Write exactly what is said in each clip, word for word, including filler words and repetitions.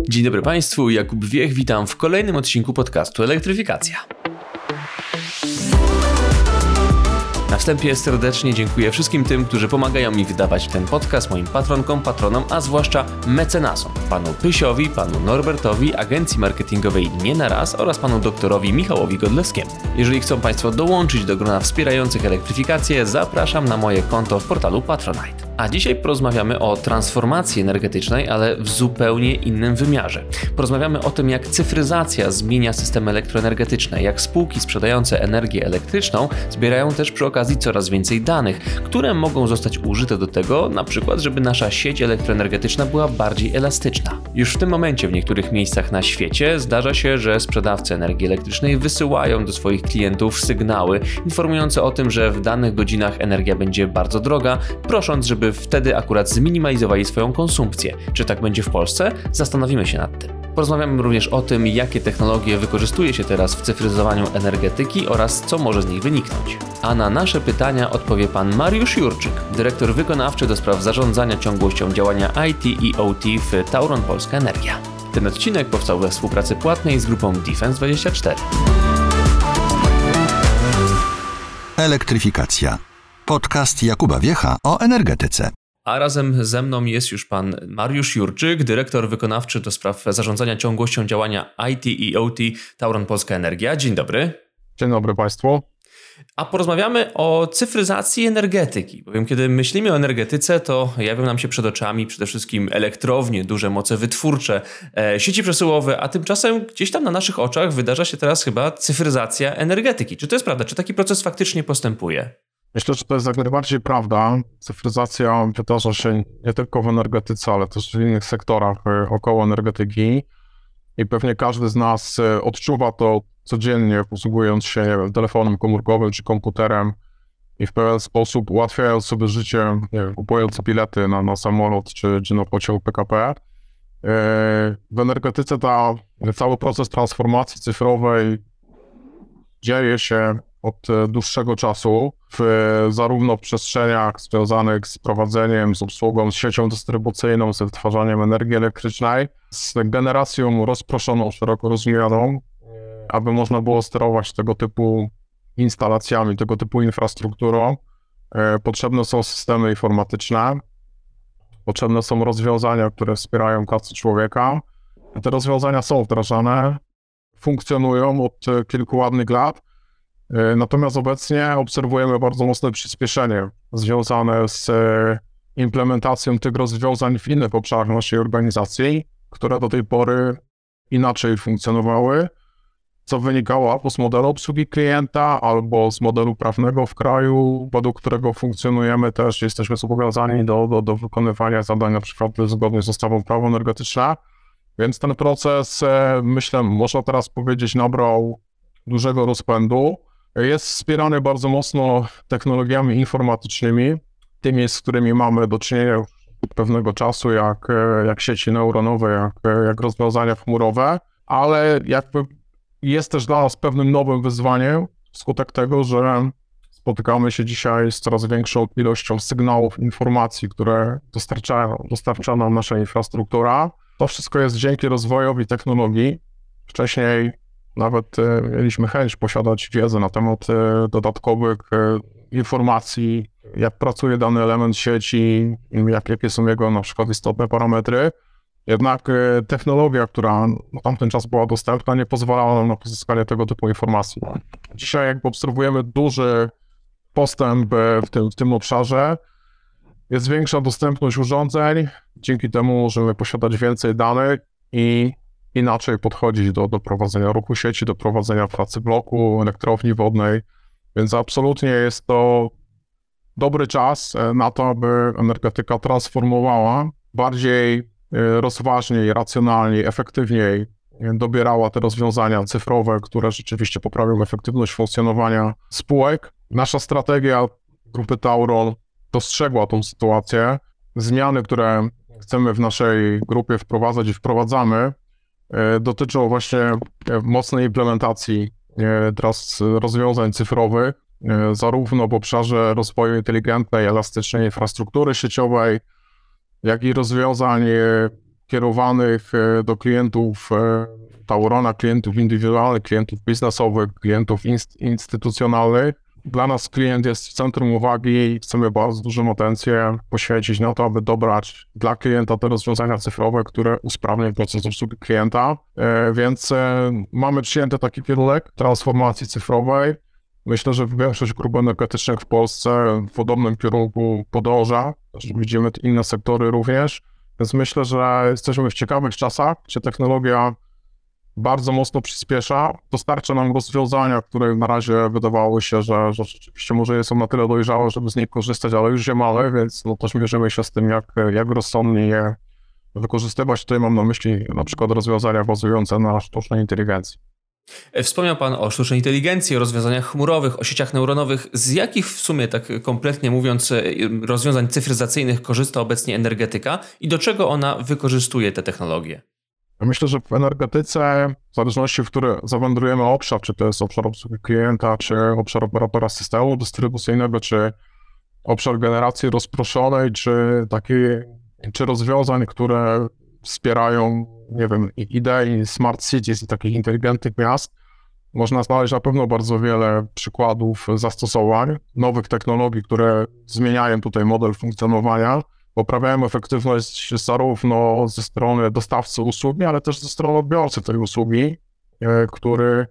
Dzień dobry Państwu, Jakub Wiech, witam w kolejnym odcinku podcastu Elektryfikacja. Na wstępie serdecznie dziękuję wszystkim tym, którzy pomagają mi wydawać ten podcast, moim patronkom, patronom, a zwłaszcza mecenasom. Panu Pysiowi, panu Norbertowi, agencji marketingowej Nie na Raz oraz panu doktorowi Michałowi Godlewskiemu. Jeżeli chcą Państwo dołączyć do grona wspierających elektryfikację, zapraszam na moje konto w portalu Patronite. A dzisiaj porozmawiamy o transformacji energetycznej, ale w zupełnie innym wymiarze. Porozmawiamy o tym, jak cyfryzacja zmienia systemy elektroenergetyczne, jak spółki sprzedające energię elektryczną zbierają też przy okazji coraz więcej danych, które mogą zostać użyte do tego, na przykład, żeby nasza sieć elektroenergetyczna była bardziej elastyczna. Już w tym momencie w niektórych miejscach na świecie zdarza się, że sprzedawcy energii elektrycznej wysyłają do swoich klientów sygnały informujące o tym, że w danych godzinach energia będzie bardzo droga, prosząc, żeby wtedy akurat zminimalizowali swoją konsumpcję. Czy tak będzie w Polsce? Zastanowimy się nad tym. Porozmawiamy również o tym, jakie technologie wykorzystuje się teraz w cyfryzowaniu energetyki oraz co może z nich wyniknąć. A na nasze pytania odpowie pan Mariusz Jurczyk, dyrektor wykonawczy do spraw zarządzania ciągłością działania I T i O T w Tauron Polska Energia. Ten odcinek powstał we współpracy płatnej z grupą Defense dwadzieścia cztery. Elektryfikacja. Podcast Jakuba Wiecha o energetyce. A razem ze mną jest już pan Mariusz Jurczyk, dyrektor wykonawczy do spraw zarządzania ciągłością działania I T i O T Tauron Polska Energia. Dzień dobry. Dzień dobry Państwu. A porozmawiamy o cyfryzacji energetyki, bowiem kiedy myślimy o energetyce, to jawią nam się przed oczami przede wszystkim elektrownie, duże moce wytwórcze, e, sieci przesyłowe, a tymczasem gdzieś tam na naszych oczach wydarza się teraz chyba cyfryzacja energetyki. Czy to jest prawda? Czy taki proces faktycznie postępuje? Myślę, że to jest jak najbardziej prawda. Cyfryzacja wydarza się nie tylko w energetyce, ale też w innych sektorach około energetyki i pewnie każdy z nas odczuwa to codziennie, posługując się nie wiem, telefonem komórkowym czy komputerem i w pewien sposób ułatwiając sobie życie, nie wiem, kupując bilety na, na samolot czy, czy na pociąg P K P. W energetyce ta, cały proces transformacji cyfrowej dzieje się od dłuższego czasu, w, zarówno w przestrzeniach związanych z prowadzeniem, z obsługą, z siecią dystrybucyjną, z wytwarzaniem energii elektrycznej, z generacją rozproszoną, szeroko rozumianą, aby można było sterować tego typu instalacjami, tego typu infrastrukturą. Potrzebne są systemy informatyczne, potrzebne są rozwiązania, które wspierają pracę człowieka. Te rozwiązania są wdrażane, funkcjonują od kilku ładnych lat. Natomiast obecnie obserwujemy bardzo mocne przyspieszenie związane z implementacją tych rozwiązań w innych obszarach naszej organizacji, które do tej pory inaczej funkcjonowały, co wynikało albo z modelu obsługi klienta, albo z modelu prawnego w kraju, według którego funkcjonujemy też, jesteśmy zobowiązani do, do, do wykonywania zadań na przykład zgodnie z ustawą Prawo energetyczne. Więc ten proces, myślę, można teraz powiedzieć, nabrał dużego rozpędu. Jest wspierany bardzo mocno technologiami informatycznymi, tymi, z którymi mamy do czynienia od pewnego czasu, jak, jak sieci neuronowe, jak, jak rozwiązania chmurowe, ale jakby jest też dla nas pewnym nowym wyzwaniem wskutek tego, że spotykamy się dzisiaj z coraz większą ilością sygnałów, informacji, które dostarcza, dostarcza nam nasza infrastruktura. To wszystko jest dzięki rozwojowi technologii. Wcześniej nawet mieliśmy chęć posiadać wiedzę na temat dodatkowych informacji, jak pracuje dany element sieci, jak, jakie są jego na przykład istotne parametry. Jednak technologia, która na tamten czas była dostępna, nie pozwalała nam na pozyskanie tego typu informacji. Dzisiaj jakby obserwujemy duży postęp w tym, w tym obszarze. Jest większa dostępność urządzeń, dzięki temu możemy posiadać więcej danych i inaczej podchodzić do, do prowadzenia ruchu sieci, do prowadzenia pracy bloku, elektrowni wodnej, więc absolutnie jest to dobry czas na to, aby energetyka transformowała, bardziej rozważniej, racjonalniej, efektywniej dobierała te rozwiązania cyfrowe, które rzeczywiście poprawią efektywność funkcjonowania spółek. Nasza strategia grupy Tauron dostrzegła tą sytuację. Zmiany, które chcemy w naszej grupie wprowadzać i wprowadzamy, dotyczą właśnie mocnej implementacji teraz rozwiązań cyfrowych, zarówno w obszarze rozwoju inteligentnej, elastycznej infrastruktury sieciowej, jak i rozwiązań kierowanych do klientów Taurona, klientów indywidualnych, klientów biznesowych, klientów inst- instytucjonalnych. Dla nas klient jest w centrum uwagi i chcemy bardzo dużą atencję poświęcić na to, aby dobrać dla klienta te rozwiązania cyfrowe, które usprawnią proces obsługi klienta. Więc mamy przyjęty taki kierunek transformacji cyfrowej. Myślę, że większość grup energetycznych w Polsce w podobnym kierunku podąża. Widzimy inne sektory również. Więc myślę, że jesteśmy w ciekawych czasach, gdzie technologia bardzo mocno przyspiesza, dostarcza nam rozwiązania, które na razie wydawało się, że, że rzeczywiście może nie są na tyle dojrzałe, żeby z nich korzystać, ale już je mamy, więc no też mierzymy się z tym, jak, jak rozsądnie je wykorzystywać. Tutaj mam na myśli na przykład rozwiązania bazujące na sztucznej inteligencji. Wspomniał Pan o sztucznej inteligencji, o rozwiązaniach chmurowych, o sieciach neuronowych. Z jakich w sumie, tak kompletnie mówiąc, rozwiązań cyfryzacyjnych korzysta obecnie energetyka i do czego ona wykorzystuje te technologie? Ja myślę, że w energetyce, w zależności w który zawędrujemy obszar, czy to jest obszar obsługi klienta, czy obszar operatora systemu dystrybucyjnego, czy obszar generacji rozproszonej, czy takie, czy rozwiązań, które wspierają, nie wiem, idei smart cities i takich inteligentnych miast, można znaleźć na pewno bardzo wiele przykładów zastosowań, nowych technologii, które zmieniają tutaj model funkcjonowania, poprawiają efektywność zarówno ze strony dostawcy usługi, ale też ze strony odbiorcy tej usługi, który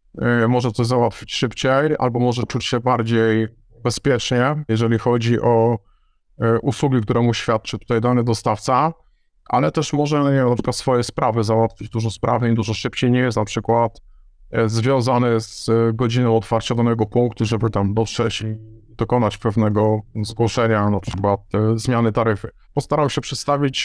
może coś załatwić szybciej albo może czuć się bardziej bezpiecznie, jeżeli chodzi o usługi, które mu świadczy tutaj dany dostawca, ale też może, nie wiem, na przykład swoje sprawy załatwić dużo sprawniej, dużo szybciej. Nie jest na przykład związany z godziną otwarcia danego punktu, żeby tam dotrzeć i dokonać pewnego zgłoszenia, na przykład zmiany taryfy. Postaram się przedstawić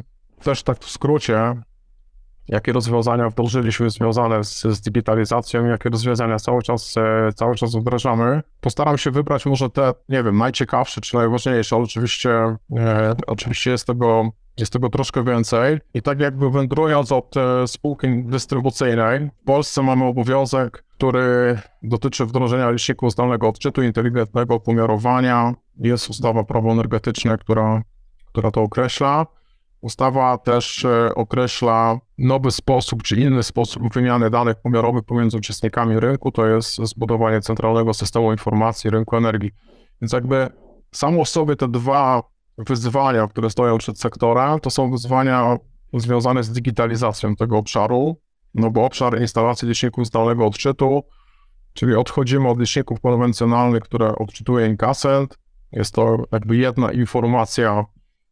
też tak w skrócie, jakie rozwiązania wdrożyliśmy związane z, z digitalizacją, jakie rozwiązania cały czas, cały czas wdrażamy. Postaram się wybrać może te, nie wiem, najciekawsze czy najważniejsze, ale oczywiście, e, oczywiście jest tego, jest tego troszkę więcej. I tak jakby wędrując od e, spółki dystrybucyjnej, w Polsce mamy obowiązek, który dotyczy wdrożenia liczników zdalnego odczytu, inteligentnego pomiarowania. Jest ustawa Prawo energetyczne, która, która to określa. Ustawa też określa nowy sposób, czy inny sposób wymiany danych pomiarowych pomiędzy uczestnikami rynku, to jest zbudowanie centralnego systemu informacji rynku energii. Więc jakby samo w sobie te dwa wyzwania, które stoją przed sektorem, to są wyzwania związane z digitalizacją tego obszaru, no bo obszar instalacji liczników zdalnego odczytu, czyli odchodzimy od liczników konwencjonalnych, które odczytuje inkasent, jest to jakby jedna informacja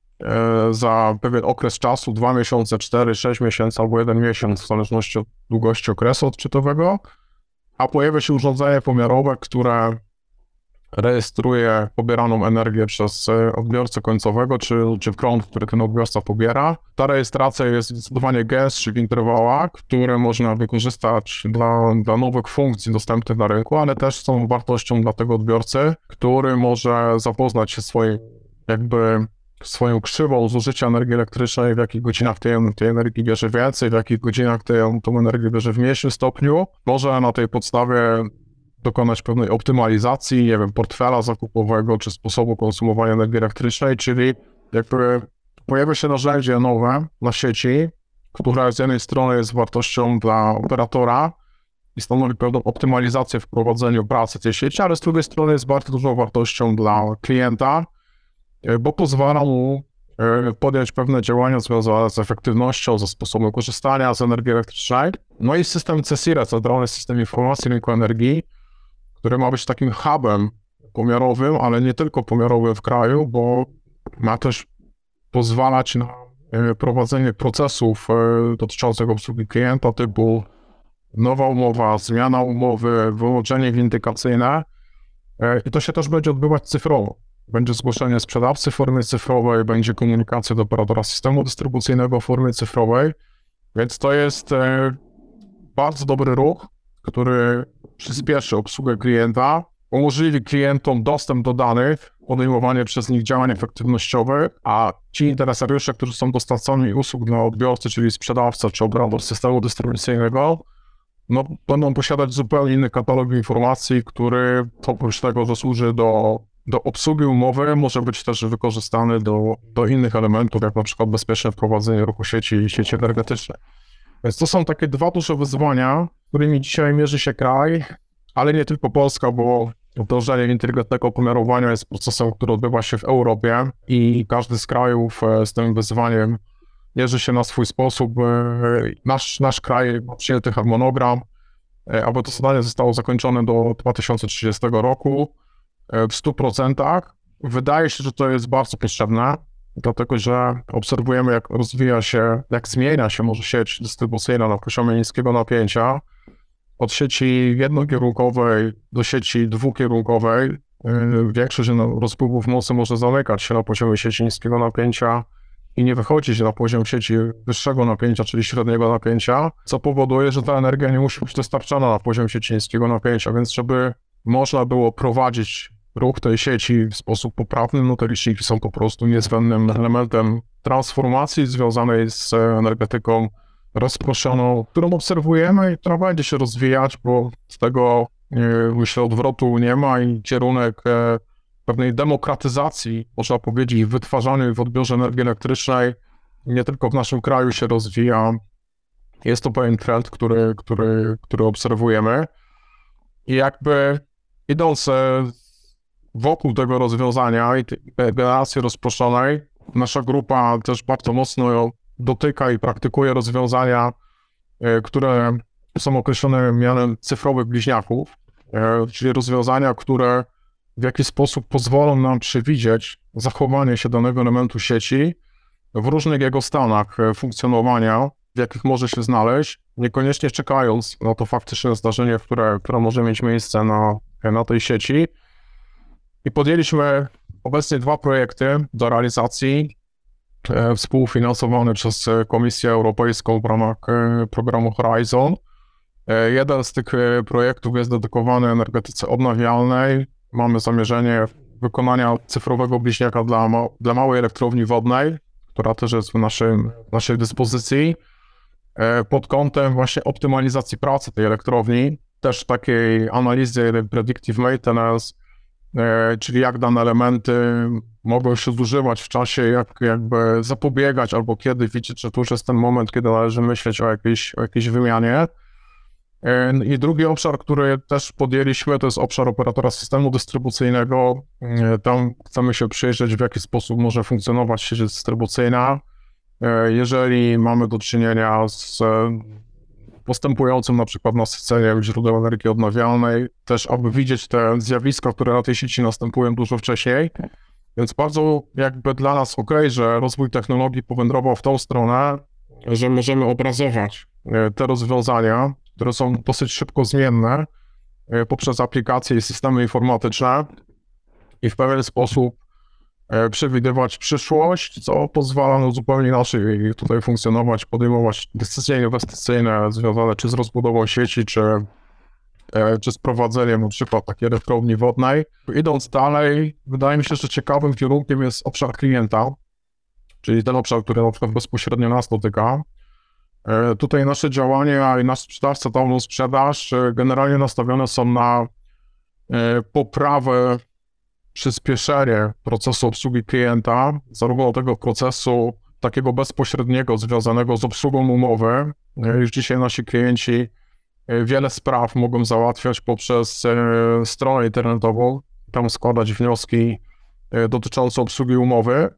za pewien okres czasu, dwa miesiące, cztery, sześć miesięcy albo jeden miesiąc, w zależności od długości okresu odczytowego, a pojawia się urządzenie pomiarowe, które rejestruje pobieraną energię przez odbiorcę końcowego, czy, czy prąd, który ten odbiorca pobiera. Ta rejestracja jest zdecydowanie gęstsza w interwałach, które można wykorzystać dla, dla nowych funkcji dostępnych na rynku, ale też są wartością dla tego odbiorcy, który może zapoznać się swoim jakby swoją krzywą zużycia energii elektrycznej, w jakich godzinach tej, tej energii bierze więcej, w jakich godzinach tej, tą energię bierze w mniejszym stopniu. Może na tej podstawie dokonać pewnej optymalizacji, nie wiem, portfela zakupowego, czy sposobu konsumowania energii elektrycznej, czyli jakby pojawia się narzędzie nowe na sieci, które z jednej strony jest wartością dla operatora i stanowi pewną optymalizację w prowadzeniu pracy tej sieci, ale z drugiej strony jest bardzo dużą wartością dla klienta, bo pozwala mu podjąć pewne działania związane z efektywnością, ze sposobem korzystania z energii elektrycznej. No i system C S I R E, Centralny System Informacji Rynku Energii, który ma być takim hubem pomiarowym, ale nie tylko pomiarowym w kraju, bo ma też pozwalać na prowadzenie procesów dotyczących obsługi klienta typu nowa umowa, zmiana umowy, wyłączenie windykacyjne i to się też będzie odbywać cyfrowo. Będzie zgłoszenie sprzedawcy w formie cyfrowej, będzie komunikacja do operatora systemu dystrybucyjnego w formie cyfrowej, więc to jest bardzo dobry ruch, który przyspieszy obsługę klienta, umożliwi klientom dostęp do danych, podejmowanie przez nich działań efektywnościowych, a ci interesariusze, którzy są dostawcami usług dla odbiorcy, czyli sprzedawca czy operator systemu dystrybucyjnego, no, będą posiadać zupełnie inny katalog informacji, który oprócz tego, że służy do do obsługi umowy może być też wykorzystany do, do innych elementów, jak na przykład bezpieczne wprowadzenie ruchu sieci i sieci energetycznej. Więc to są takie dwa duże wyzwania, którymi dzisiaj mierzy się kraj, ale nie tylko Polska, bo wdrożenie inteligentnego pomiarowania jest procesem, który odbywa się w Europie i każdy z krajów z tym wyzwaniem mierzy się na swój sposób. Nasz, nasz kraj ma przyjęty harmonogram, aby to zadanie zostało zakończone do dwa tysiące trzydziestego roku w stu procentach. Wydaje się, że to jest bardzo potrzebne, dlatego że obserwujemy, jak rozwija się, jak zmienia się może sieć dystrybucyjna na poziomie niskiego napięcia, od sieci jednokierunkowej do sieci dwukierunkowej. Większość rozpływów mocy może zamykać się na poziomie sieci niskiego napięcia i nie wychodzić na poziom sieci wyższego napięcia, czyli średniego napięcia, co powoduje, że ta energia nie musi być dostarczana na poziom sieci niskiego napięcia, więc żeby można było prowadzić ruch tej sieci w sposób poprawny, no te liczniki są po prostu niezbędnym elementem transformacji związanej z energetyką rozproszoną, którą obserwujemy i która będzie się rozwijać, bo z tego, myślę, odwrotu nie ma i kierunek pewnej demokratyzacji, można powiedzieć, w wytwarzaniu i w odbiorze energii elektrycznej nie tylko w naszym kraju się rozwija. Jest to pewien trend, który, który, który obserwujemy i jakby idąc wokół tego rozwiązania i tej generacji rozproszonej, nasza grupa też bardzo mocno dotyka i praktykuje rozwiązania, które są określone mianem cyfrowych bliźniaków, czyli rozwiązania, które w jakiś sposób pozwolą nam przewidzieć zachowanie się danego elementu sieci w różnych jego stanach funkcjonowania, w jakich może się znaleźć, niekoniecznie czekając na to faktyczne zdarzenie, które, które może mieć miejsce na, na tej sieci. I podjęliśmy obecnie dwa projekty do realizacji, e, współfinansowane przez Komisję Europejską w ramach e, programu Horizon. E, jeden z tych e, projektów jest dedykowany energetyce odnawialnej. Mamy zamierzenie wykonania cyfrowego bliźniaka dla, ma dla małej elektrowni wodnej, która też jest w naszym, naszej dyspozycji, e, pod kątem właśnie optymalizacji pracy tej elektrowni, też takiej analizy predictive maintenance, e, czyli jak dane elementy mogą się zużywać w czasie, jak jakby zapobiegać, albo kiedy widzieć, że to już jest ten moment, kiedy należy myśleć o jakiejś, o jakiejś wymianie. I drugi obszar, który też podjęliśmy, to jest obszar operatora systemu dystrybucyjnego. Tam chcemy się przyjrzeć, w jaki sposób może funkcjonować sieć dystrybucyjna, jeżeli mamy do czynienia z postępującym na przykład nasyceniem źródeł energii odnawialnej, też aby widzieć te zjawiska, które na tej sieci następują dużo wcześniej. Więc bardzo jakby dla nas okej, że rozwój technologii powędrował w tą stronę, że możemy obrazować te rozwiązania, które są dosyć szybko zmienne poprzez aplikacje i systemy informatyczne i w pewien sposób przewidywać przyszłość, co pozwala no zupełnie inaczej tutaj funkcjonować, podejmować decyzje inwestycyjne związane czy z rozbudową sieci, czy, czy z prowadzeniem na przykład takiej elektrowni wodnej. Idąc dalej, wydaje mi się, że ciekawym kierunkiem jest obszar klienta, czyli ten obszar, który na przykład bezpośrednio nas dotyka. Tutaj nasze działania i nasz sprzedawca, tą sprzedaż generalnie nastawione są na poprawę, przyspieszenie procesu obsługi klienta, zarówno tego procesu takiego bezpośredniego związanego z obsługą umowy. Już dzisiaj nasi klienci wiele spraw mogą załatwiać poprzez stronę internetową, tam składać wnioski dotyczące obsługi umowy,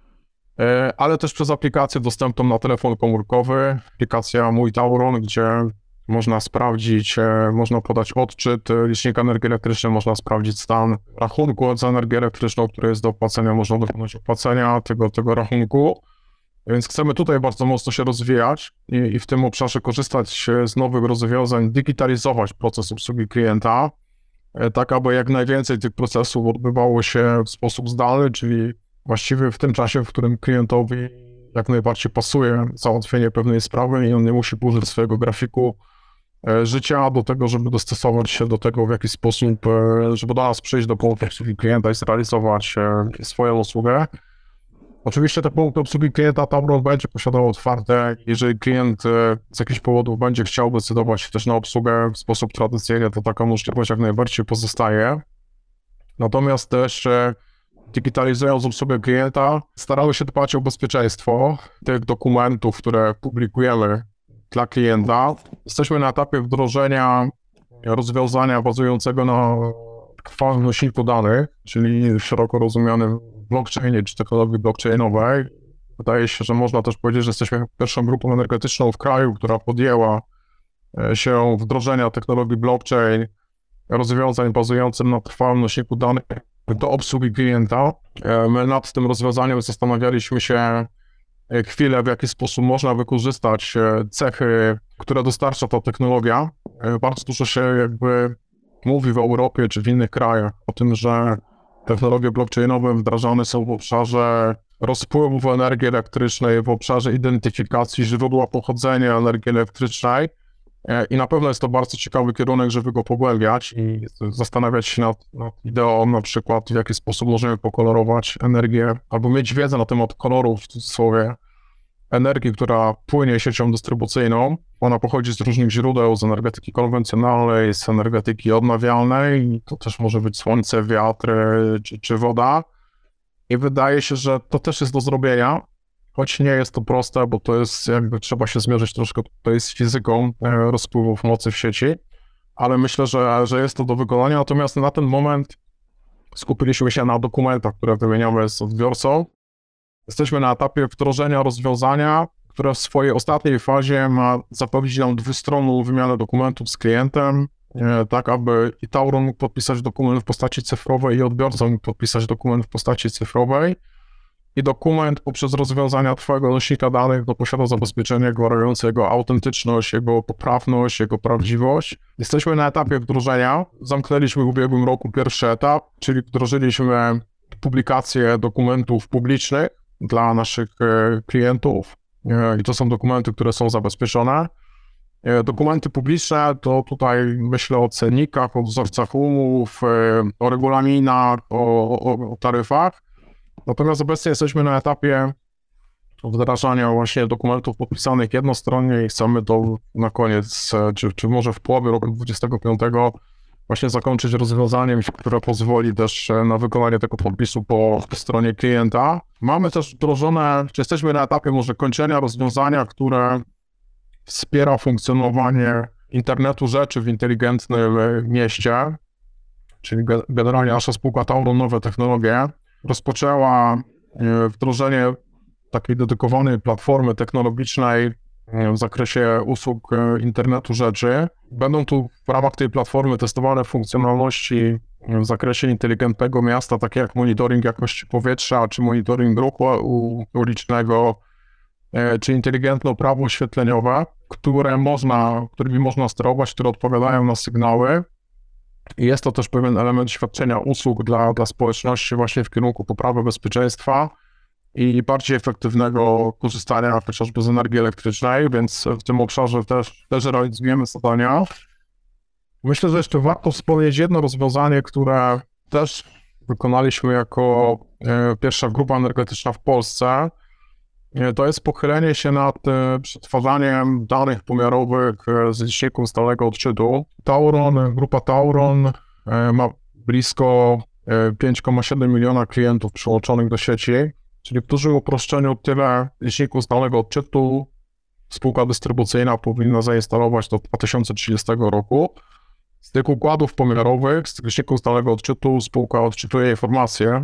ale też przez aplikację dostępną na telefon komórkowy, aplikacja Mój Tauron, gdzie można sprawdzić, można podać odczyt licznika energii elektrycznej, można sprawdzić stan rachunku za energię elektryczną, który jest do opłacenia, można dokonać opłacenia tego, tego rachunku. Więc chcemy tutaj bardzo mocno się rozwijać i, i w tym obszarze korzystać z nowych rozwiązań, digitalizować proces obsługi klienta, tak aby jak najwięcej tych procesów odbywało się w sposób zdalny, czyli właściwie w tym czasie, w którym klientowi jak najbardziej pasuje załatwienie pewnej sprawy i on nie musi burzyć swojego grafiku życia do tego, żeby dostosować się do tego, w jaki sposób, żeby do nas przyjść do punktu obsługi klienta i zrealizować swoją usługę. Oczywiście te punkty obsługi klienta Tauron będzie posiadał otwarte. Jeżeli klient z jakichś powodów będzie chciał decydować się też na obsługę w sposób tradycyjny, to taka możliwość jak najbardziej pozostaje. natomiast też digitalizując obsługę klienta, starały się dbać o bezpieczeństwo tych dokumentów, które publikujemy dla klienta. Jesteśmy na etapie wdrożenia rozwiązania bazującego na trwałym nośniku danych, czyli szeroko rozumianym blockchainie czy technologii blockchainowej. Wydaje się, że można też powiedzieć, że jesteśmy pierwszą grupą energetyczną w kraju, która podjęła się wdrożenia technologii blockchain, rozwiązań bazujących na trwałym nośniku danych do obsługi klienta. My nad tym rozwiązaniem zastanawialiśmy się chwilę, w jaki sposób można wykorzystać cechy, które dostarcza ta technologia. Bardzo dużo się jakby mówi w Europie czy w innych krajach o tym, że technologie blockchainowe wdrażane są w obszarze rozpływów energii elektrycznej, w obszarze identyfikacji źródła pochodzenia energii elektrycznej i na pewno jest to bardzo ciekawy kierunek, żeby go pogłębiać i zastanawiać się nad, nad ideą na przykład, w jaki sposób możemy pokolorować energię albo mieć wiedzę na temat kolorów w cudzysłowie energii, która płynie siecią dystrybucyjną. Ona pochodzi z różnych źródeł, z energetyki konwencjonalnej, z energetyki odnawialnej i to też może być słońce, wiatr czy, czy woda. I wydaje się, że to też jest do zrobienia, choć nie jest to proste, bo to jest jakby trzeba się zmierzyć troszkę tutaj z fizyką rozpływów mocy w sieci, ale myślę, że, że jest to do wykonania. Natomiast na ten moment skupiliśmy się na dokumentach, które wymieniamy z odbiorcą. Jesteśmy na etapie wdrożenia rozwiązania, które w swojej ostatniej fazie ma zapewnić nam dwustronną wymianę dokumentów z klientem, tak aby i Tauron mógł podpisać dokument w postaci cyfrowej i odbiorca mógł podpisać dokument w postaci cyfrowej. I dokument poprzez rozwiązania trwałego nośnika danych to posiada zabezpieczenie gwarantujące jego autentyczność, jego poprawność, jego prawdziwość. Jesteśmy na etapie wdrożenia. Zamknęliśmy w ubiegłym roku pierwszy etap, czyli wdrożyliśmy publikację dokumentów publicznych dla naszych klientów i to są dokumenty, które są zabezpieczone. Dokumenty publiczne to tutaj myślę o cennikach, o wzorcach umów, o regulaminach, o, o, o taryfach. Natomiast obecnie jesteśmy na etapie wdrażania właśnie dokumentów podpisanych jednostronnie i chcemy to na koniec, czy, czy może w połowie roku dwudziestego piątego właśnie zakończyć rozwiązaniem, które pozwoli też na wykonanie tego podpisu po stronie klienta. Mamy też wdrożone, czy jesteśmy na etapie może kończenia rozwiązania, które wspiera funkcjonowanie internetu rzeczy w inteligentnym mieście, czyli generalnie nasza spółka Tauron Nowe Technologie rozpoczęła wdrożenie takiej dedykowanej platformy technologicznej w zakresie usług internetu rzeczy. Będą tu w ramach tej platformy testowane funkcjonalności w zakresie inteligentnego miasta, takie jak monitoring jakości powietrza, czy monitoring ruchu ulicznego, czy inteligentne prawo oświetleniowe, które można, którymi można sterować, które odpowiadają na sygnały. I jest to też pewien element świadczenia usług dla, dla społeczności właśnie w kierunku poprawy bezpieczeństwa i bardziej efektywnego korzystania chociażby z energii elektrycznej, więc w tym obszarze też, też realizujemy zadania. Myślę, że jeszcze warto wspomnieć jedno rozwiązanie, które też wykonaliśmy jako e, pierwsza grupa energetyczna w Polsce. E, to jest pochylenie się nad e, przetwarzaniem danych pomiarowych e, z liczników stałego odczytu. Tauron, grupa Tauron e, ma blisko e, pięć przecinek siedem miliona klientów przyłączonych do sieci, czyli w dużym uproszczeniu tyle liczników stałego odczytu spółka dystrybucyjna powinna zainstalować do dwa tysiące trzydziestego roku. Z tych układów pomiarowych, z liczników stałego odczytu spółka odczytuje informacje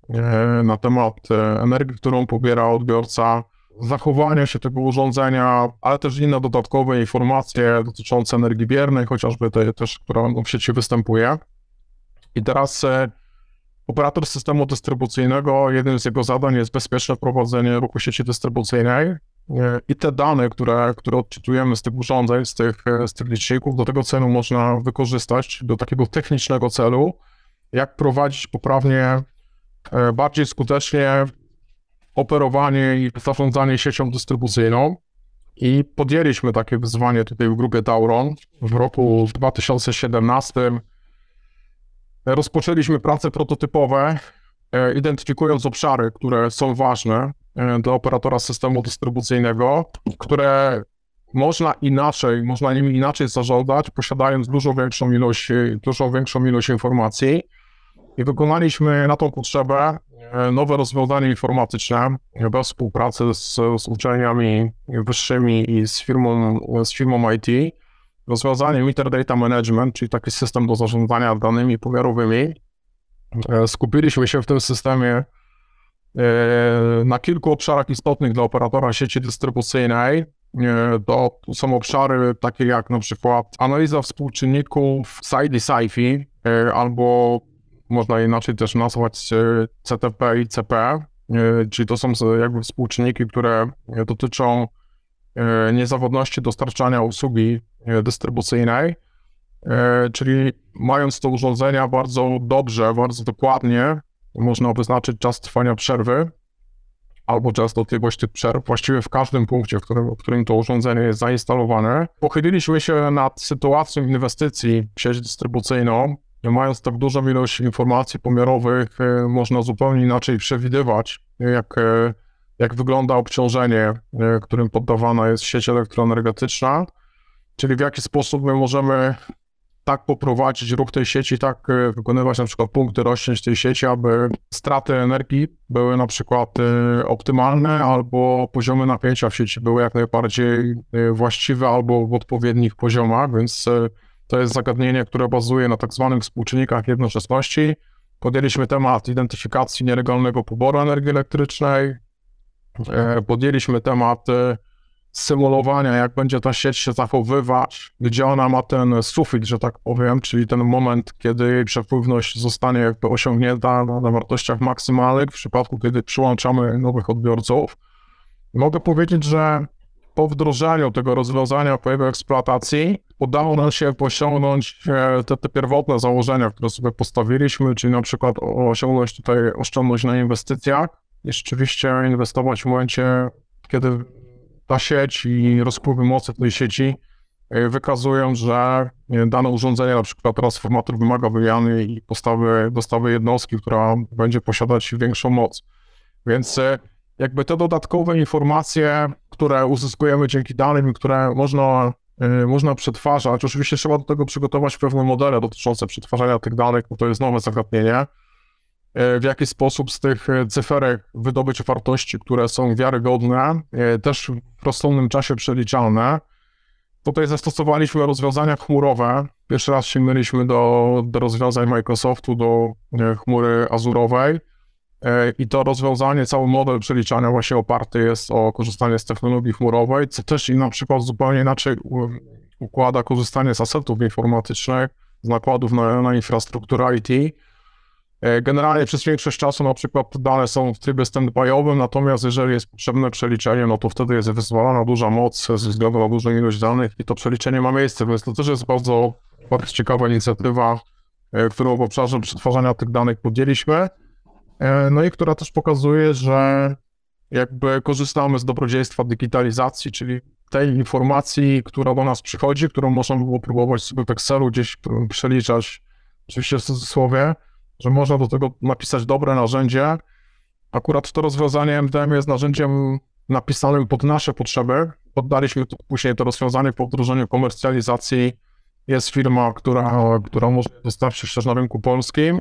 e, na temat e, energii, którą pobiera odbiorca, zachowania się tego urządzenia, ale też inne dodatkowe informacje dotyczące energii biernej, chociażby tej też, która w sieci występuje. I teraz e, operator systemu dystrybucyjnego, jednym z jego zadań jest bezpieczne prowadzenie ruchu sieci dystrybucyjnej i te dane, które, które odczytujemy z tych urządzeń, z tych, z tych liczników, do tego celu można wykorzystać, do takiego technicznego celu, jak prowadzić poprawnie, bardziej skutecznie operowanie i zarządzanie siecią dystrybucyjną. I podjęliśmy takie wyzwanie tutaj w grupie Tauron w roku dwa tysiące siedemnastym. Rozpoczęliśmy prace prototypowe, identyfikując obszary, które są ważne dla operatora systemu dystrybucyjnego, które można inaczej, można nimi inaczej zarządzać, posiadając dużo większą ilość, dużo większą ilość informacji. I wykonaliśmy na tą potrzebę nowe rozwiązanie informatyczne we współpracy z, z uczelniami wyższymi i z firmą, z firmą I T. Rozwiązanie Meter Data Management, czyli taki system do zarządzania danymi pomiarowymi. Skupiliśmy się w tym systemie na kilku obszarach istotnych dla operatora sieci dystrybucyjnej. To są obszary takie jak na przykład analiza współczynników S I D I S I F I, albo można inaczej też nazwać C T P i C P, czyli to są jakby współczynniki, które dotyczą niezawodności dostarczania usługi dystrybucyjnej, czyli mając te urządzenia bardzo dobrze, bardzo dokładnie, można wyznaczyć czas trwania przerwy albo częstotliwość tych przerw właściwie w każdym punkcie, w którym, w którym to urządzenie jest zainstalowane. Pochyliliśmy się nad sytuacją inwestycji w sieć dystrybucyjną. Mając tak dużą ilość informacji pomiarowych, można zupełnie inaczej przewidywać, jak, jak wygląda obciążenie, którym poddawana jest sieć elektroenergetyczna, czyli w jaki sposób my możemy tak poprowadzić ruch tej sieci, tak wykonywać na przykład punkty rozcięć tej sieci, aby straty energii były na przykład optymalne, albo poziomy napięcia w sieci były jak najbardziej właściwe albo w odpowiednich poziomach, więc to jest zagadnienie, które bazuje na tak zwanych współczynnikach jednoczesności. Podjęliśmy temat identyfikacji nielegalnego poboru energii elektrycznej, podjęliśmy temat symulowania, jak będzie ta sieć się zachowywać, gdzie ona ma ten sufit, że tak powiem, czyli ten moment, kiedy jej przepływność zostanie jakby osiągnięta na wartościach maksymalnych, w przypadku, kiedy przyłączamy nowych odbiorców. Mogę powiedzieć, że po wdrożeniu tego rozwiązania, po jego eksploatacji, udało nam się osiągnąć te, te pierwotne założenia, które sobie postawiliśmy, czyli na przykład osiągnąć tutaj oszczędność na inwestycjach i rzeczywiście inwestować w momencie, kiedy ta sieć i rozpływy mocy w tej sieci wykazują, że dane urządzenie, na przykład transformator, wymaga wymiany i postawy, dostawy jednostki, która będzie posiadać większą moc. Więc jakby te dodatkowe informacje, które uzyskujemy dzięki danym i które można, można przetwarzać, oczywiście trzeba do tego przygotować pewne modele dotyczące przetwarzania tych danych, bo to jest nowe zagadnienie. W jaki sposób z tych cyferek wydobyć wartości, które są wiarygodne, też w rozsądnym czasie przeliczalne. Tutaj zastosowaliśmy rozwiązania chmurowe. Pierwszy raz sięgnęliśmy do, do rozwiązań Microsoftu, do chmury azurowej i to rozwiązanie, cały model przeliczania właśnie oparty jest o korzystanie z technologii chmurowej, co też i na przykład zupełnie inaczej układa korzystanie z asetów informatycznych, z nakładów na, na infrastrukturę I T. Generalnie przez większość czasu na przykład dane są w trybie stand-by'owym, natomiast jeżeli jest potrzebne przeliczenie, no to wtedy jest wyzwalana duża moc ze względu na dużą ilość danych i to przeliczenie ma miejsce, więc to też jest bardzo, bardzo ciekawa inicjatywa, którą w obszarze przetwarzania tych danych podjęliśmy, no i która też pokazuje, że jakby korzystamy z dobrodziejstwa digitalizacji, czyli tej informacji, która do nas przychodzi, którą można było próbować sobie w Excelu gdzieś przeliczać, oczywiście w cudzysłowie, że można do tego napisać dobre narzędzie. Akurat to rozwiązanie M D M jest narzędziem napisanym pod nasze potrzeby. Poddaliśmy to, później to rozwiązanie po wdrożeniu komercjalizacji. Jest firma, która, która może dostarczyć też na rynku polskim.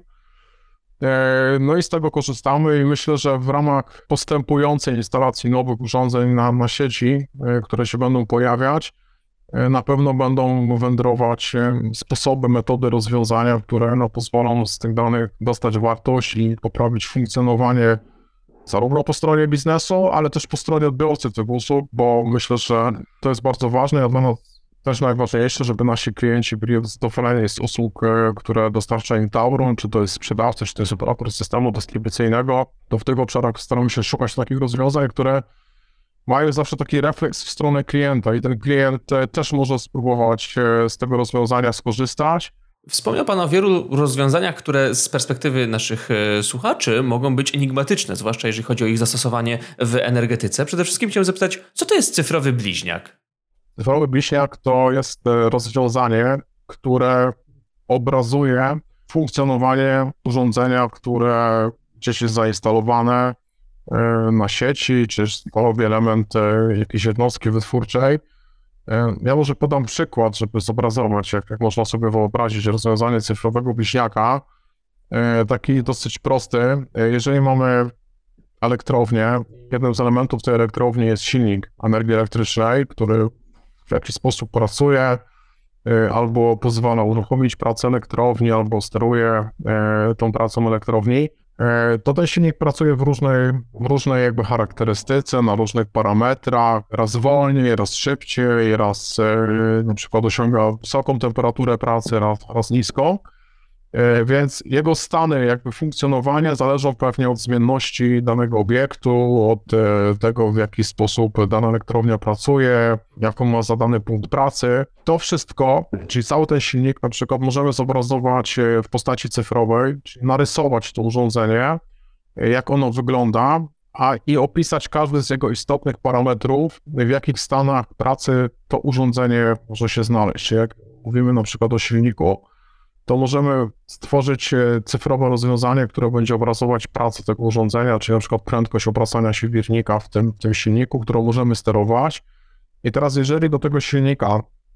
No i z tego korzystamy i myślę, że w ramach postępującej instalacji nowych urządzeń na, na sieci, które się będą pojawiać, na pewno będą wędrować sposoby, metody rozwiązania, które no, pozwolą z tych danych dostać wartość i poprawić funkcjonowanie zarówno po stronie biznesu, ale też po stronie odbiorcy tych usług, bo myślę, że to jest bardzo ważne, a dla nas też najważniejsze, żeby nasi klienci byli zadowoleni z usług, które dostarcza im Tauron, czy to jest sprzedawca, czy to jest operator systemu dystrybucyjnego. To w tych obszarach staramy się szukać takich rozwiązań, które mają zawsze taki refleks w stronę klienta i ten klient też może spróbować z tego rozwiązania skorzystać. Wspomniał Pan o wielu rozwiązaniach, które z perspektywy naszych słuchaczy mogą być enigmatyczne, zwłaszcza jeżeli chodzi o ich zastosowanie w energetyce. Przede wszystkim chciałem zapytać, co to jest cyfrowy bliźniak? Cyfrowy bliźniak to jest rozwiązanie, które obrazuje funkcjonowanie urządzenia, które gdzieś jest zainstalowane na sieci, czy stanowi element jakiejś jednostki wytwórczej. Ja może podam przykład, żeby zobrazować, jak, jak można sobie wyobrazić rozwiązanie cyfrowego bliźniaka. taki dosyć prosty. Jeżeli mamy elektrownię, jednym z elementów tej elektrowni jest silnik energii elektrycznej, który w jakiś sposób pracuje, albo pozwala uruchomić pracę elektrowni, albo steruje tą pracą elektrowni, to ten silnik pracuje w różnej, w różnej jakby charakterystyce, na różnych parametrach, raz wolniej, raz szybciej, raz na przykład osiąga wysoką temperaturę pracy, raz, raz niską. Więc jego stany jakby funkcjonowania zależą pewnie od zmienności danego obiektu, od tego, w jaki sposób dana elektrownia pracuje, jaką ma zadany punkt pracy. To wszystko, czyli cały ten silnik na przykład możemy zobrazować w postaci cyfrowej, czyli narysować to urządzenie, jak ono wygląda, a i opisać każdy z jego istotnych parametrów, w jakich stanach pracy to urządzenie może się znaleźć. Jak mówimy na przykład o silniku, to możemy stworzyć cyfrowe rozwiązanie, które będzie obrazować pracę tego urządzenia, czyli na przykład prędkość obracania się wirnika w tym, w tym silniku, którą możemy sterować. I teraz jeżeli do tego silnika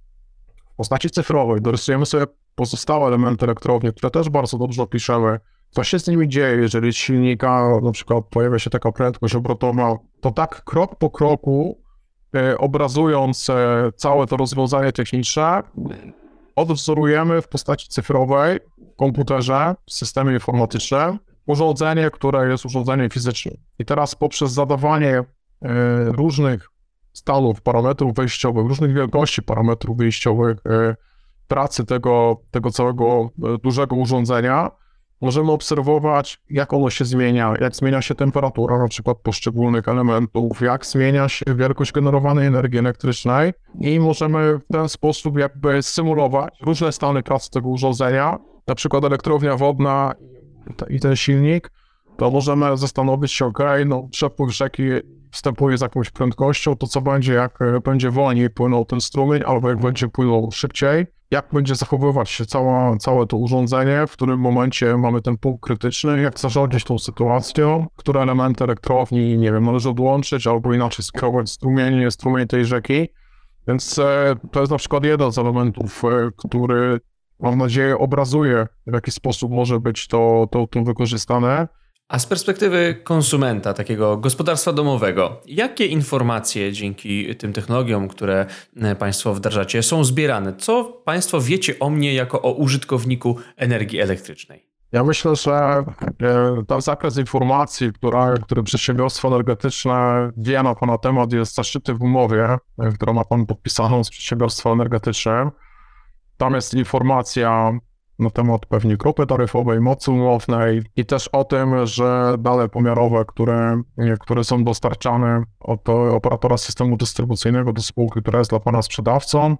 w postaci cyfrowej dorysujemy sobie pozostałe elementy elektrowni, które też bardzo dobrze opiszemy, co się z nimi dzieje, jeżeli z silnika na przykład pojawia się taka prędkość obrotowa, to tak krok po kroku, obrazując całe to rozwiązanie techniczne, odwzorujemy w postaci cyfrowej w komputerze, w systemie informatycznym urządzenie, które jest urządzeniem fizycznym. I teraz poprzez zadawanie y, różnych stanów, parametrów wejściowych, różnych wielkości parametrów wyjściowych y, pracy tego, tego całego y, dużego urządzenia, możemy obserwować, jak ono się zmienia, jak zmienia się temperatura na przykład poszczególnych elementów, jak zmienia się wielkość generowanej energii elektrycznej i możemy w ten sposób jakby symulować różne stany pracy tego urządzenia, na przykład elektrownia wodna i ten silnik, to możemy zastanowić się, ok, no przepływ rzeki wstępuje z jakąś prędkością, to co będzie, jak będzie wolniej płynął ten strumień, albo jak będzie płynął szybciej, jak będzie zachowywać się cała, całe to urządzenie, w którym momencie mamy ten punkt krytyczny, jak zarządzić tą sytuacją, które elementy elektrowni, nie wiem, należy odłączyć, albo inaczej skierować strumień, strumień tej rzeki. Więc e, to jest na przykład jeden z elementów, e, który, mam nadzieję, obrazuje, w jaki sposób może być to, to, to wykorzystane. A z perspektywy konsumenta, takiego gospodarstwa domowego, jakie informacje dzięki tym technologiom, które Państwo wdrażacie, są zbierane? Co Państwo wiecie o mnie jako o użytkowniku energii elektrycznej? Ja myślę, że ten zakres informacji, która, który przedsiębiorstwo energetyczne wie na Pana temat, jest zaszyty w umowie, którą ma Pan podpisaną z przedsiębiorstwem energetycznym. Tam jest informacja na temat pewnie grupy taryfowej, mocy umownej i też o tym, że dane pomiarowe, które, które są dostarczane od operatora systemu dystrybucyjnego do spółki, która jest dla Pana sprzedawcą,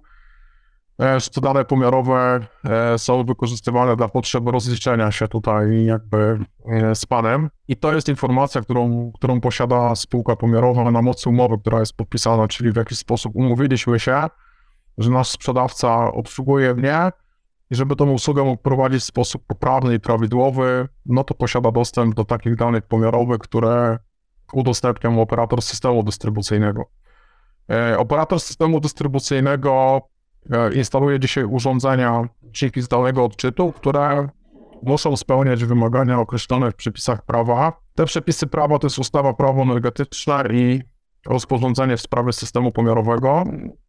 że te dane pomiarowe są wykorzystywane dla potrzeby rozliczenia się tutaj jakby z Panem. I to jest informacja, którą, którą posiada spółka pomiarowa na mocy umowy, która jest podpisana, czyli w jakiś sposób umówiliśmy się, że nasz sprzedawca obsługuje mnie i żeby tą usługę mógł prowadzić w sposób poprawny i prawidłowy, no to posiada dostęp do takich danych pomiarowych, które udostępnia mu operator systemu dystrybucyjnego. Operator systemu dystrybucyjnego instaluje dzisiaj urządzenia, silniki zdalnego odczytu, które muszą spełniać wymagania określone w przepisach prawa. Te przepisy prawa to jest ustawa Prawo energetyczne i rozporządzenie w sprawie systemu pomiarowego.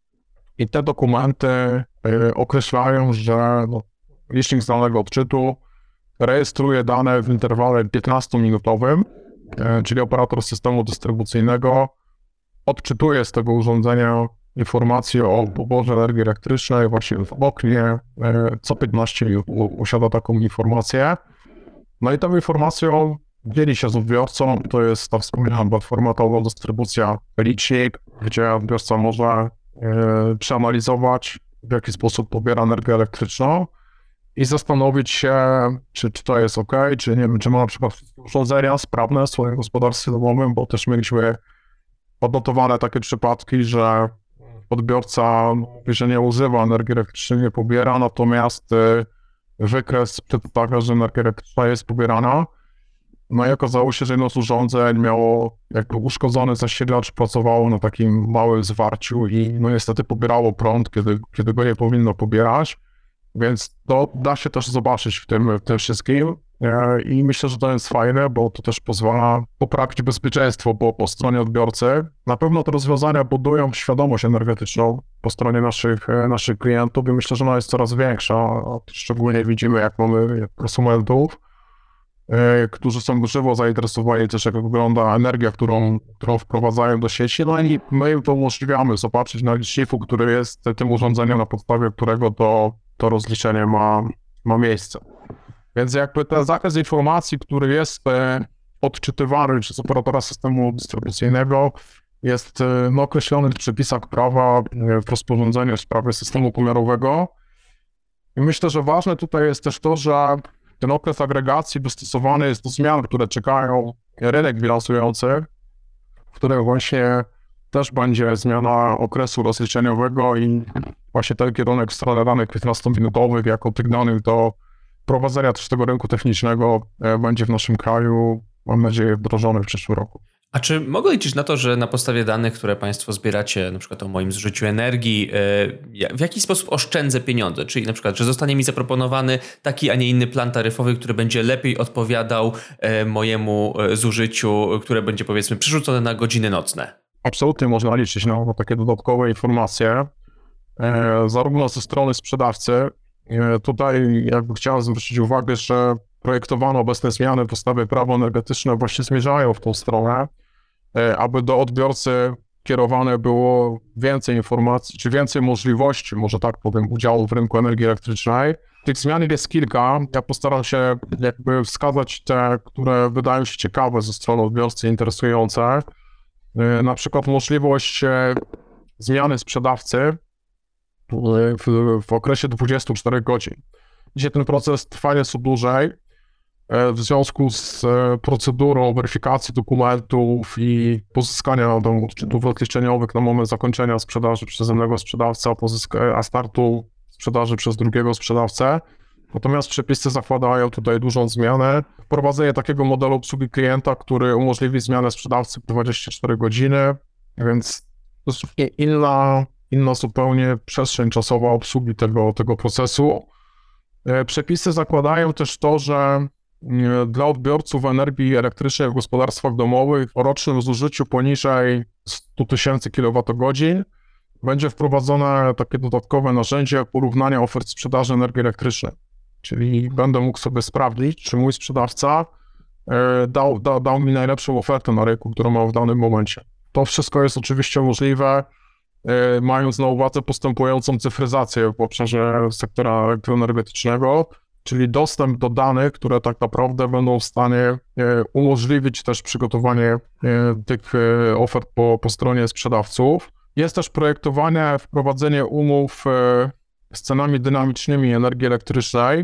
I te dokumenty określają, że no, licznik zdalnego odczytu rejestruje dane w interwale piętnastominutowym, czyli operator systemu dystrybucyjnego odczytuje z tego urządzenia informacje o poborze energii elektrycznej właśnie w oknie, co piętnaście minut posiada taką informację. No i tą informacją dzieli się z odbiorcą, to jest ta wspomniana platforma dystrybucja licznik, gdzie odbiorca może przeanalizować, w jaki sposób pobiera energię elektryczną i zastanowić się, czy, czy to jest ok, czy nie wiem, czy ma na przykład urządzenia sprawne w swoim gospodarstwie domowym, bo też mieliśmy odnotowane takie przypadki, że odbiorca mówi, że nie używa energii elektrycznej, nie pobiera, natomiast wykres przedstawia, że energia elektryczna jest pobierana. No i okazało się, że jedno z urządzeń miało jakby uszkodzony zasilacz, pracowało na takim małym zwarciu i no niestety pobierało prąd, kiedy, kiedy go nie powinno pobierać. Więc to da się też zobaczyć w tym, w tym wszystkim i myślę, że to jest fajne, bo to też pozwala poprawić bezpieczeństwo po, po stronie odbiorcy. Na pewno te rozwiązania budują świadomość energetyczną po stronie naszych, naszych klientów i myślę, że ona jest coraz większa. Szczególnie widzimy, jak mamy konsumentów, którzy są żywo zainteresowani też, jak wygląda energia, którą, którą wprowadzają do sieci. No i my im to umożliwiamy zobaczyć na liczniku, który jest tym urządzeniem, na podstawie którego to, to rozliczenie ma, ma miejsce. Więc jakby ten zakres informacji, który jest odczytywany przez operatora systemu dystrybucyjnego, jest no, określony w przepisach prawa, w rozporządzeniu w sprawie systemu pomiarowego. I myślę, że ważne tutaj jest też to, że ten okres agregacji dostosowany jest do zmian, które czekają rynek bilansujący, w którym właśnie też będzie zmiana okresu rozliczeniowego i właśnie ten kierunek w stronę danych piętnastominutowych jako tych danych do prowadzenia też tego rynku technicznego będzie w naszym kraju, mam nadzieję, wdrożony w przyszłym roku. A czy mogę liczyć na to, że na podstawie danych, które Państwo zbieracie, na przykład o moim zużyciu energii, w jaki sposób oszczędzę pieniądze? Czyli na przykład, że zostanie mi zaproponowany taki, a nie inny plan taryfowy, który będzie lepiej odpowiadał mojemu zużyciu, które będzie, powiedzmy, przerzucone na godziny nocne? Absolutnie można liczyć na, na takie dodatkowe informacje, e, zarówno ze strony sprzedawcy. E, tutaj jakby chciałem zwrócić uwagę, że projektowane obecne zmiany w ustawie prawo energetyczne właśnie zmierzają w tą stronę, aby do odbiorcy kierowane było więcej informacji, czy więcej możliwości, może tak powiem, udziału w rynku energii elektrycznej. Tych zmian jest kilka. Ja postaram się jakby wskazać te, które wydają się ciekawe ze strony odbiorcy, interesujące. Na przykład możliwość zmiany sprzedawcy w, w okresie dwudziestu czterech godzin. Dzisiaj ten proces trwa nieco dłużej. W związku z procedurą weryfikacji dokumentów i pozyskania odczytów rozliczeniowych na moment zakończenia sprzedaży przez jednego sprzedawcę, a startu sprzedaży przez drugiego sprzedawcę. Natomiast przepisy zakładają tutaj dużą zmianę. Wprowadzenie takiego modelu obsługi klienta, który umożliwi zmianę sprzedawcy w dwadzieścia cztery godziny, więc to jest inna, inna zupełnie przestrzeń czasowa obsługi tego, tego procesu. Przepisy zakładają też to, że dla odbiorców energii elektrycznej w gospodarstwach domowych o rocznym zużyciu poniżej stu tysięcy kilowatogodzin będzie wprowadzone takie dodatkowe narzędzie porównania ofert sprzedaży energii elektrycznej. Czyli będę mógł sobie sprawdzić, czy mój sprzedawca dał, da, dał mi najlepszą ofertę na rynku, którą mam w danym momencie. To wszystko jest oczywiście możliwe, mając na uwadze postępującą cyfryzację w obszarze sektora elektroenergetycznego, czyli dostęp do danych, które tak naprawdę będą w stanie umożliwić też przygotowanie tych ofert po, po stronie sprzedawców. Jest też projektowane wprowadzenie umów z cenami dynamicznymi energii elektrycznej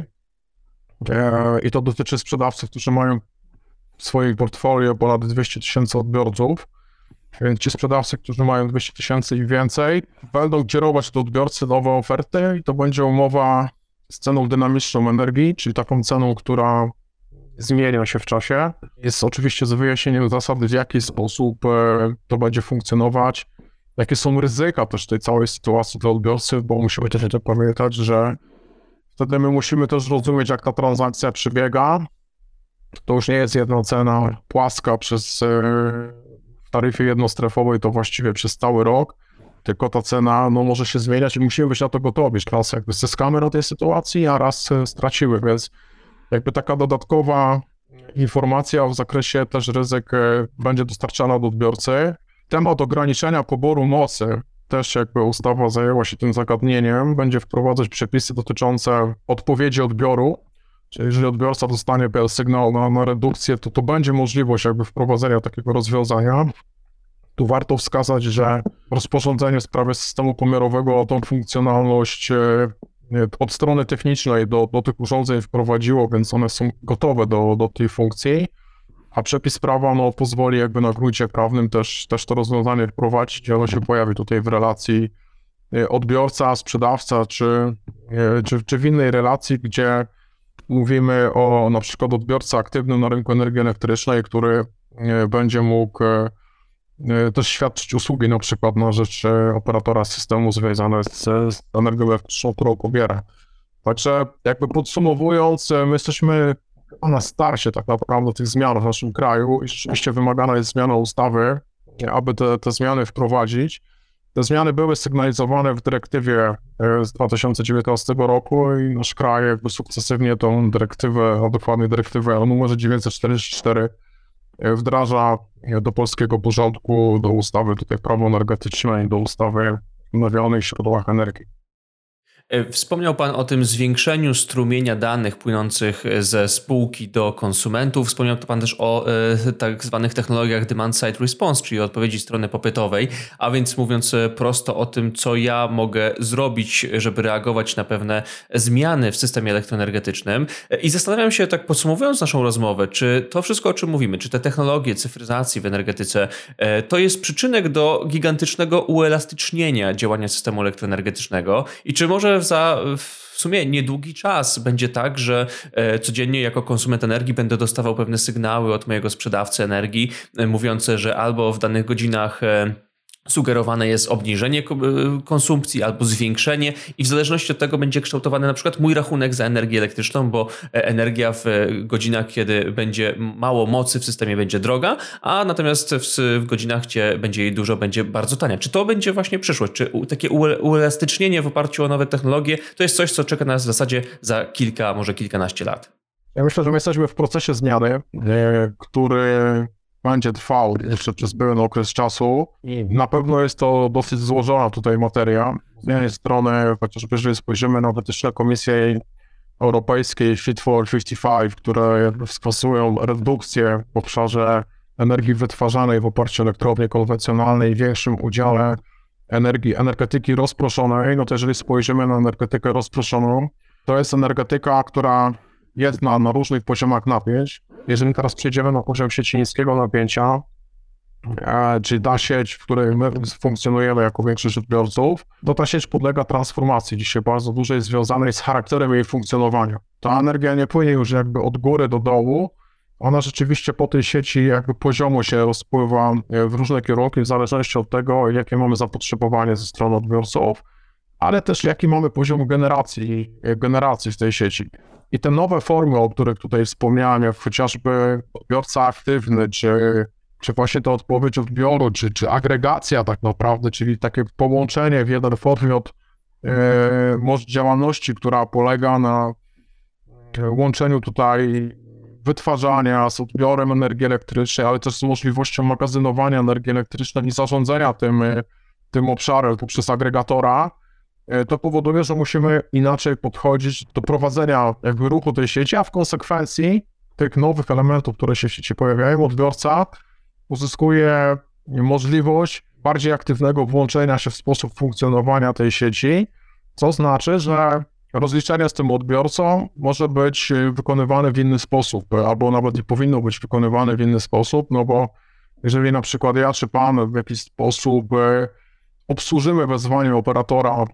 i to dotyczy sprzedawców, którzy mają w swoim portfolio ponad dwieście tysięcy odbiorców. Więc ci sprzedawcy, którzy mają dwieście tysięcy i więcej, będą kierować do odbiorcy nowe oferty i to będzie umowa z ceną dynamiczną energii, czyli taką ceną, która zmienia się w czasie. Jest oczywiście z wyjaśnieniem zasady, w jaki sposób to będzie funkcjonować, jakie są ryzyka też tej całej sytuacji dla odbiorcy, bo musimy też pamiętać, że wtedy my musimy też rozumieć, jak ta transakcja przebiega. To już nie jest jedna cena płaska przez w taryfie jednostrefowej, to właściwie przez cały rok, tylko ta cena no, może się zmieniać i musimy być na to gotowi. Raz jakby zyskamy na tej sytuacji, a raz stracimy, więc jakby taka dodatkowa informacja w zakresie też ryzyk będzie dostarczana do odbiorcy. Temat ograniczenia poboru mocy, też jakby ustawa zajęła się tym zagadnieniem, będzie wprowadzać przepisy dotyczące odpowiedzi odbioru, czyli jeżeli odbiorca dostanie sygnał na, na redukcję, to to będzie możliwość jakby wprowadzenia takiego rozwiązania. Tu warto wskazać, że rozporządzenie w sprawie systemu pomiarowego tą funkcjonalność od strony technicznej do, do tych urządzeń wprowadziło, więc one są gotowe do, do tej funkcji, a przepis prawa no, pozwoli jakby na gruncie prawnym też, też to rozwiązanie wprowadzić, ono się pojawi tutaj w relacji odbiorca, sprzedawca, czy, czy, czy w innej relacji, gdzie mówimy o na przykład odbiorcy aktywnym na rynku energii elektrycznej, który będzie mógł też świadczyć usługi na przykład na rzecz operatora systemu związane z, z energią elektryczną, którą pobiera. Także jakby podsumowując, my jesteśmy na starcie tak naprawdę tych zmian w naszym kraju i rzeczywiście wymagana jest zmiana ustawy, aby te, te zmiany wprowadzić. Te zmiany były sygnalizowane w dyrektywie z dwa tysiące dziewiętnastego roku i nasz kraj jakby sukcesywnie tą dyrektywę, a dokładnie dyrektywę o numerze dziewięćset czterdzieści cztery wdraża do polskiego porządku, do ustawy tutaj prawo energetyczne i do ustawy o odnawialnych źródłach energii. Wspomniał Pan o tym zwiększeniu strumienia danych płynących ze spółki do konsumentów. Wspomniał Pan też o e, tak zwanych technologiach demand-side response, czyli odpowiedzi strony popytowej, a więc mówiąc prosto o tym, co ja mogę zrobić, żeby reagować na pewne zmiany w systemie elektroenergetycznym. I zastanawiam się, tak podsumowując naszą rozmowę, czy to wszystko, o czym mówimy, czy te technologie cyfryzacji w energetyce, e, to jest przyczynek do gigantycznego uelastycznienia działania systemu elektroenergetycznego i czy może za w sumie niedługi czas będzie tak, że codziennie jako konsument energii będę dostawał pewne sygnały od mojego sprzedawcy energii mówiące, że albo w danych godzinach sugerowane jest obniżenie konsumpcji albo zwiększenie i w zależności od tego będzie kształtowany na przykład mój rachunek za energię elektryczną, bo energia w godzinach, kiedy będzie mało mocy w systemie, będzie droga, a natomiast w, w godzinach, gdzie będzie jej dużo, będzie bardzo tania. Czy to będzie właśnie przyszłość? Czy takie uelastycznienie w oparciu o nowe technologie to jest coś, co czeka nas w zasadzie za kilka, może kilkanaście lat? Ja myślę, że my jesteśmy w procesie zmiany, który będzie trwał jeszcze przez pełen okres czasu i na pewno jest to dosyć złożona tutaj materia. Z jednej strony, chociażby jeżeli spojrzymy na wytyczne Komisji Europejskiej Fit for pięćdziesiąt pięć, które wskazują redukcję w obszarze energii wytwarzanej w oparciu o elektrownie konwencjonalne i większym udziale energii, energetyki rozproszonej, no to jeżeli spojrzymy na energetykę rozproszoną, to jest energetyka, która jest na, na różnych poziomach napięć. Jeżeli teraz przejdziemy na poziom sieci niskiego napięcia, e, czyli ta sieć, w której my funkcjonujemy jako większość odbiorców, to ta sieć podlega transformacji. Dzisiaj bardzo dużo jest związanej z charakterem jej funkcjonowania. Ta energia nie płynie już jakby od góry do dołu, ona rzeczywiście po tej sieci jakby poziomo się rozpływa w różne kierunki, w zależności od tego, jakie mamy zapotrzebowanie ze strony odbiorców, ale też jaki mamy poziom generacji, generacji w tej sieci. I te nowe formy, o których tutaj wspomniałem, jak chociażby odbiorca aktywny, czy, czy właśnie ta odpowiedź odbioru, czy, czy agregacja tak naprawdę, czyli takie połączenie w jeden podmiot e, działalności, która polega na łączeniu tutaj wytwarzania z odbiorem energii elektrycznej, ale też z możliwością magazynowania energii elektrycznej i zarządzania tym, tym obszarem poprzez agregatora, to powoduje, że musimy inaczej podchodzić do prowadzenia jakby ruchu tej sieci, a w konsekwencji tych nowych elementów, które się w sieci pojawiają, odbiorca uzyskuje możliwość bardziej aktywnego włączenia się w sposób funkcjonowania tej sieci, co znaczy, że rozliczenie z tym odbiorcą może być wykonywane w inny sposób, albo nawet nie powinno być wykonywane w inny sposób, no bo jeżeli na przykład ja czy pan w jakiś sposób obsłużymy wezwanie operatora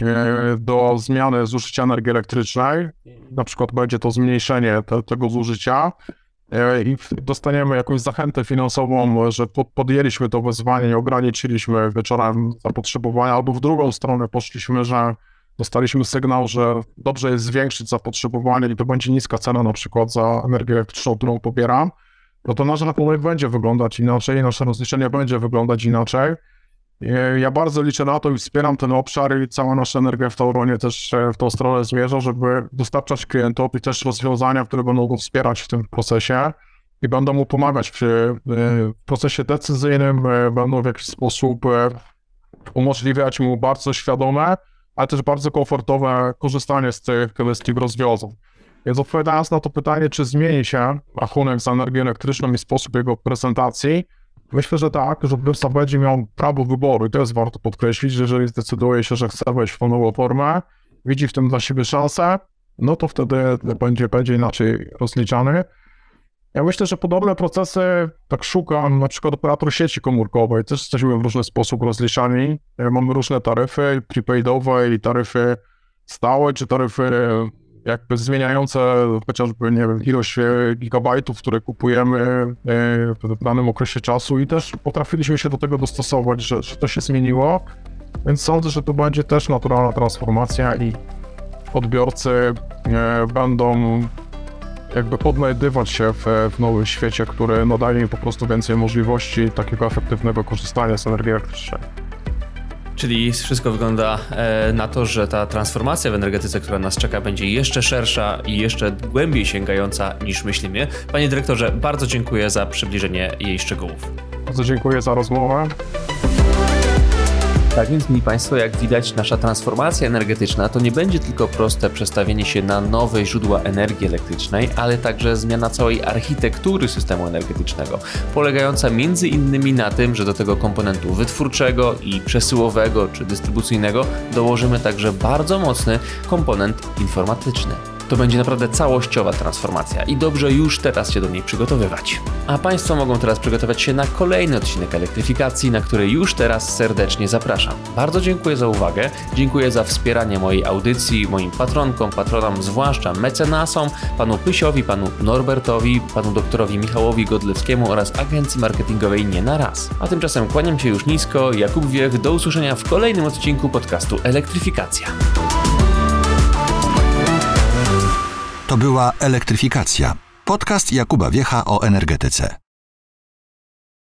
do zmiany zużycia energii elektrycznej, na przykład będzie to zmniejszenie te, tego zużycia i dostaniemy jakąś zachętę finansową, że podjęliśmy to wezwanie i ograniczyliśmy wieczorem zapotrzebowania, albo w drugą stronę poszliśmy, że dostaliśmy sygnał, że dobrze jest zwiększyć zapotrzebowanie i to będzie niska cena na przykład za energię elektryczną, którą pobieram, no to nasz rachunek będzie wyglądać inaczej, nasze rozliczenie będzie wyglądać inaczej. Ja bardzo liczę na to i wspieram ten obszar i cała nasza energia w Tauronie też w tą stronę zmierza, żeby dostarczać klientom i też rozwiązania, które będą go wspierać w tym procesie i będą mu pomagać przy procesie decyzyjnym, będą w jakiś sposób umożliwiać mu bardzo świadome, ale też bardzo komfortowe korzystanie z tych, z tych rozwiązań. Więc odpowiadając na to pytanie, czy zmieni się rachunek za energię elektryczną i sposób jego prezentacji, myślę, że tak, że odbiorca będzie miał prawo wyboru i to jest warto podkreślić, że jeżeli zdecyduje się, że chce wejść w tą nową formę, widzi w tym dla siebie szansę, no to wtedy będzie, będzie inaczej rozliczany. Ja myślę, że podobne procesy tak szukam, na przykład operator sieci komórkowej, też jesteśmy w różny sposób rozliczani. Mamy różne taryfy prepaidowe i taryfy stałe, czy taryfy jakby zmieniające chociażby, nie wiem, ilość gigabajtów, które kupujemy w danym okresie czasu i też potrafiliśmy się do tego dostosować, że, że to się zmieniło, więc sądzę, że to będzie też naturalna transformacja i odbiorcy e, będą jakby odnajdywać się w, w nowym świecie, który no, daje im po prostu więcej możliwości takiego efektywnego korzystania z energii elektrycznej. Czyli wszystko wygląda e, na to, że ta transformacja w energetyce, która nas czeka, będzie jeszcze szersza i jeszcze głębiej sięgająca niż myślimy. Panie dyrektorze, bardzo dziękuję za przybliżenie jej szczegółów. Bardzo dziękuję za rozmowę. Tak więc, mili Państwo, jak widać, nasza transformacja energetyczna to nie będzie tylko proste przestawienie się na nowe źródła energii elektrycznej, ale także zmiana całej architektury systemu energetycznego, polegająca między innymi na tym, że do tego komponentu wytwórczego i przesyłowego czy dystrybucyjnego dołożymy także bardzo mocny komponent informatyczny. To będzie naprawdę całościowa transformacja i dobrze już teraz się do niej przygotowywać. A Państwo mogą teraz przygotować się na kolejny odcinek elektryfikacji, na który już teraz serdecznie zapraszam. Bardzo dziękuję za uwagę, dziękuję za wspieranie mojej audycji, moim patronkom, patronom, zwłaszcza mecenasom, panu Pysiowi, panu Norbertowi, panu doktorowi Michałowi Godlewskiemu oraz agencji marketingowej Nie na Raz. A tymczasem kłaniam się już nisko, Jakub Wiech, do usłyszenia w kolejnym odcinku podcastu Elektryfikacja. To była Elektryfikacja. Podcast Jakuba Wiecha o energetyce.